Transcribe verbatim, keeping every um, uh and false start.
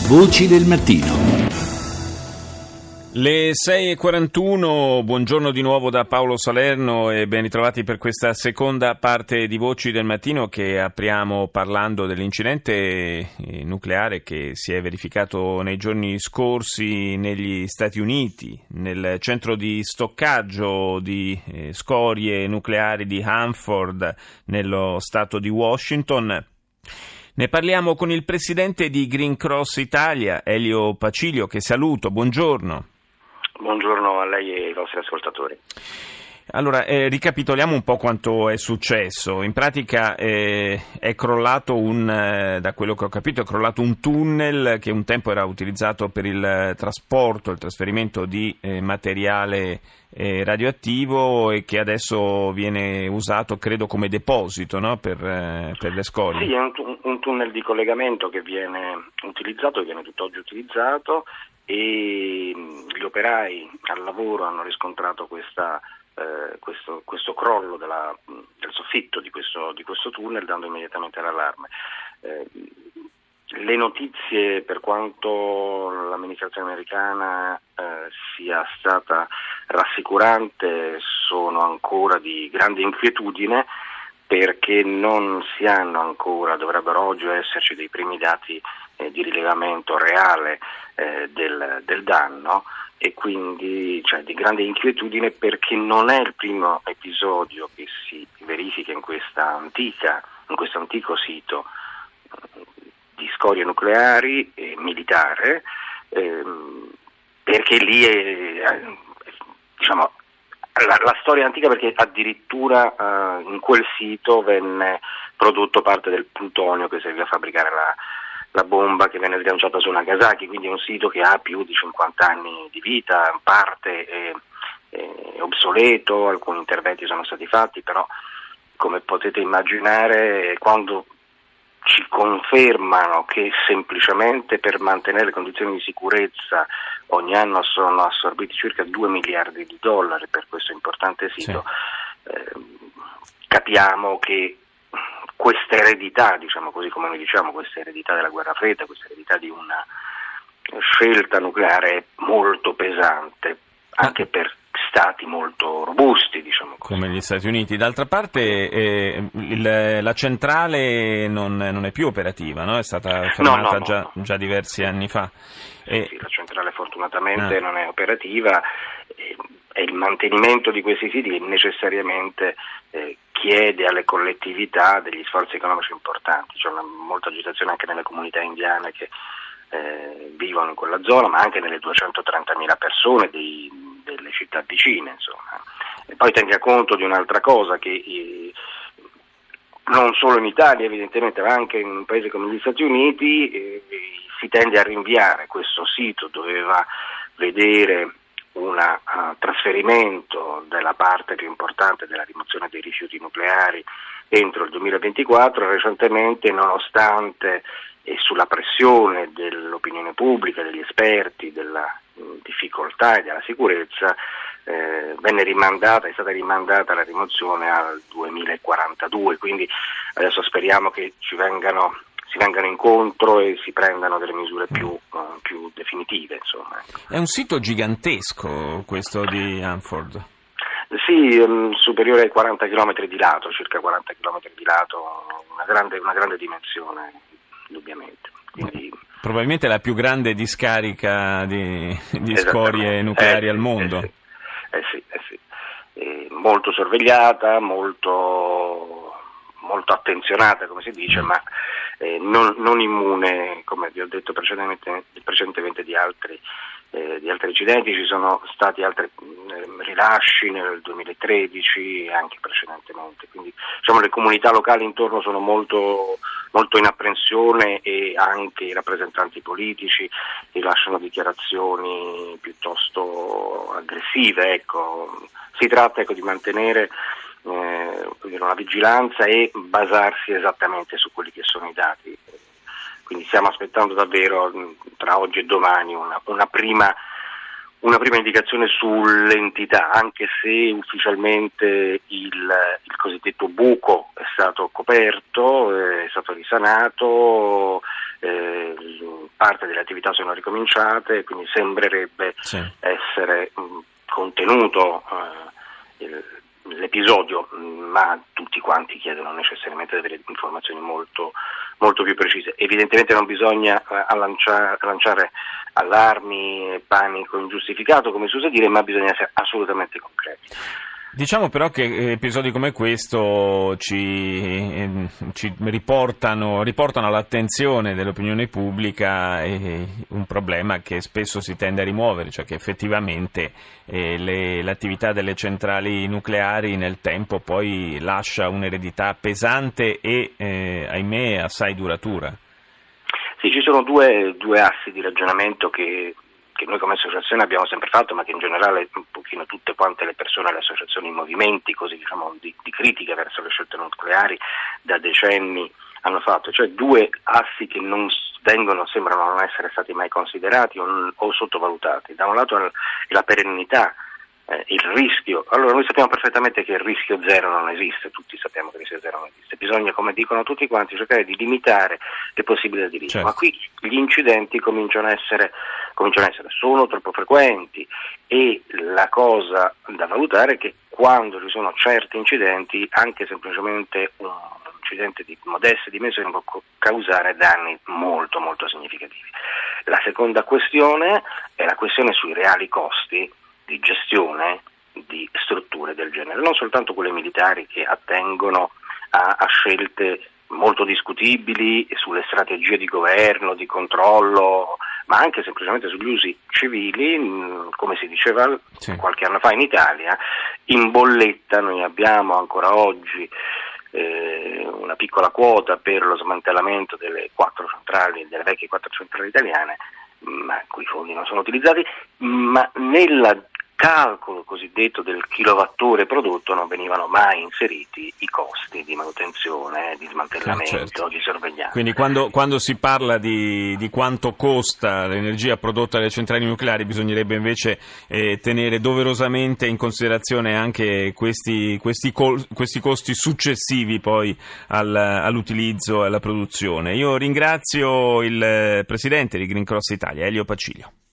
Voci del mattino. Le sei e quarantuno, buongiorno di nuovo da Paolo Salerno e ben ritrovati per questa seconda parte di Voci del Mattino che apriamo parlando dell'incidente nucleare che si è verificato nei giorni scorsi negli Stati Uniti, nel centro di stoccaggio di scorie nucleari di Hanford, nello stato di Washington. Ne parliamo con il presidente di Green Cross Italia, Elio Pacilio, che saluto, buongiorno. Buongiorno a lei e ai vostri ascoltatori. Allora, eh, ricapitoliamo un po' quanto è successo. In pratica eh, è crollato un, eh, da quello che ho capito, è crollato un tunnel che un tempo era utilizzato per il trasporto, il trasferimento di eh, materiale eh, radioattivo e che adesso viene usato, credo, come deposito, no? per, eh, per le scorie. Sì, è un, un tunnel di collegamento che viene utilizzato, che viene tutt'oggi utilizzato e gli operai al lavoro hanno riscontrato questa Eh, questo, questo crollo della, del soffitto di questo, di questo tunnel, dando immediatamente l'allarme. Eh, le notizie, per quanto l'amministrazione americana eh, sia stata rassicurante, sono ancora di grande inquietudine perché non si hanno ancora, dovrebbero oggi esserci dei primi dati eh, di rilevamento reale eh, del, del danno, e quindi c'è cioè, di grande inquietudine perché non è il primo episodio che si verifica in questa antica, in questo antico sito eh, di scorie nucleari e militare, eh, perché lì è, è diciamo la, la storia è antica perché addirittura eh, in quel sito venne prodotto parte del plutonio che serviva a fabbricare la la bomba che venne sganciata su Nagasaki, quindi è un sito che ha più di cinquanta anni di vita, in parte è, è obsoleto, alcuni interventi sono stati fatti, però come potete immaginare quando ci confermano che semplicemente per mantenere le condizioni di sicurezza ogni anno sono assorbiti circa due miliardi di dollari per questo importante sito, sì. eh, capiamo che questa eredità, diciamo così come noi diciamo, questa eredità della guerra fredda, questa eredità di una scelta nucleare molto pesante, anche per stati molto robusti, diciamo così. Come gli Stati Uniti. D'altra parte eh, il, la centrale non, non è più operativa, no? È stata fermata no, no, già, no. già diversi anni fa. Sì, e... sì, la centrale fortunatamente ah. non è operativa e, e il mantenimento di questi siti necessariamente eh, chiede alle collettività degli sforzi economici importanti. C'è una, molta agitazione anche nelle comunità indiane che eh, vivono in quella zona, ma anche nelle duecentotrentamila persone dei, delle città vicine, insomma. E poi tenga conto di un'altra cosa, che eh, non solo in Italia evidentemente, ma anche in un paese come gli Stati Uniti eh, si tende a rinviare. Questo sito doveva vedere un uh, trasferimento della parte più importante della rimozione dei rifiuti nucleari entro il duemilaventiquattro. Recentemente, nonostante e sulla pressione dell'opinione pubblica, degli esperti, della mh, difficoltà e della sicurezza, eh, venne rimandata, è stata rimandata la rimozione al duemilaquarantadue, quindi adesso speriamo che ci vengano si vengano incontro e si prendano delle misure più, uh, più definitive, insomma. È un sito gigantesco questo di Hanford. Sì, um, superiore ai quaranta chilometri di lato, circa quaranta chilometri di lato, una grande, una grande dimensione, indubbiamente. Quindi... Probabilmente la più grande discarica di, di scorie nucleari eh, al mondo. Eh sì, eh sì, eh sì. Eh, molto sorvegliata, molto, molto attenzionata, come si dice, mm. ma Eh, non, non immune, come vi ho detto precedentemente, precedentemente di altri eh, di altri incidenti. Ci sono stati altri eh, rilasci nel duemilatredici e anche precedentemente, quindi diciamo le comunità locali intorno sono molto, molto in apprensione e anche i rappresentanti politici rilasciano dichiarazioni piuttosto aggressive. Ecco. Si tratta ecco, di mantenere Eh, una vigilanza e basarsi esattamente su quelli che sono i dati. Quindi stiamo aspettando davvero tra oggi e domani una, una prima una prima indicazione sull'entità, anche se ufficialmente il, il cosiddetto buco è stato coperto, è stato risanato, eh, parte delle attività sono ricominciate, quindi sembrerebbe sì. essere mh, contenuto eh, il, l'episodio, ma tutti quanti chiedono necessariamente delle informazioni molto, molto più precise. Evidentemente non bisogna eh, lanciare, lanciare allarmi e panico ingiustificato, come si usa dire, ma bisogna essere assolutamente concreti. Diciamo però che episodi come questo ci, eh, ci riportano, riportano all'attenzione dell'opinione pubblica eh, un problema che spesso si tende a rimuovere, cioè che effettivamente eh, le, l'attività delle centrali nucleari nel tempo poi lascia un'eredità pesante e, eh, ahimè, assai duratura. Sì, ci sono due, due assi di ragionamento che... che noi come associazione abbiamo sempre fatto, ma che in generale un pochino tutte quante le persone, le associazioni, i movimenti così diciamo di, di critica verso le scelte nucleari da decenni hanno fatto, cioè due assi che non vengono, sembrano non essere stati mai considerati o, o sottovalutati. Da un lato la perennità, eh, il rischio. Allora noi sappiamo perfettamente che il rischio zero non esiste, tutti sappiamo che il rischio zero non esiste, bisogna, come dicono tutti quanti, cercare di limitare le possibilità di rischio, certo. Ma qui gli incidenti cominciano a essere cominciano a essere sono troppo frequenti e la cosa da valutare è che quando ci sono certi incidenti, anche semplicemente un incidente di modeste dimensioni può causare danni molto molto significativi. La seconda questione è la questione sui reali costi di gestione di strutture del genere, non soltanto quelle militari che attengono a, a scelte molto discutibili sulle strategie di governo, di controllo, ma anche semplicemente sugli usi civili, come si diceva sì. qualche anno fa in Italia, in bolletta noi abbiamo ancora oggi eh, una piccola quota per lo smantellamento delle quattro centrali, delle vecchie quattro centrali italiane, ma cui fondi non sono utilizzati, ma nella calcolo cosiddetto del kilowattora prodotto non venivano mai inseriti i costi di manutenzione, di smantellamento, eh, certo. di sorveglianza. Quindi quando, quando si parla di, di quanto costa l'energia prodotta dalle centrali nucleari bisognerebbe invece eh, tenere doverosamente in considerazione anche questi, questi, col, questi costi successivi poi al, all'utilizzo e alla produzione. Io ringrazio il presidente di Green Cross Italia, Elio Pacilio.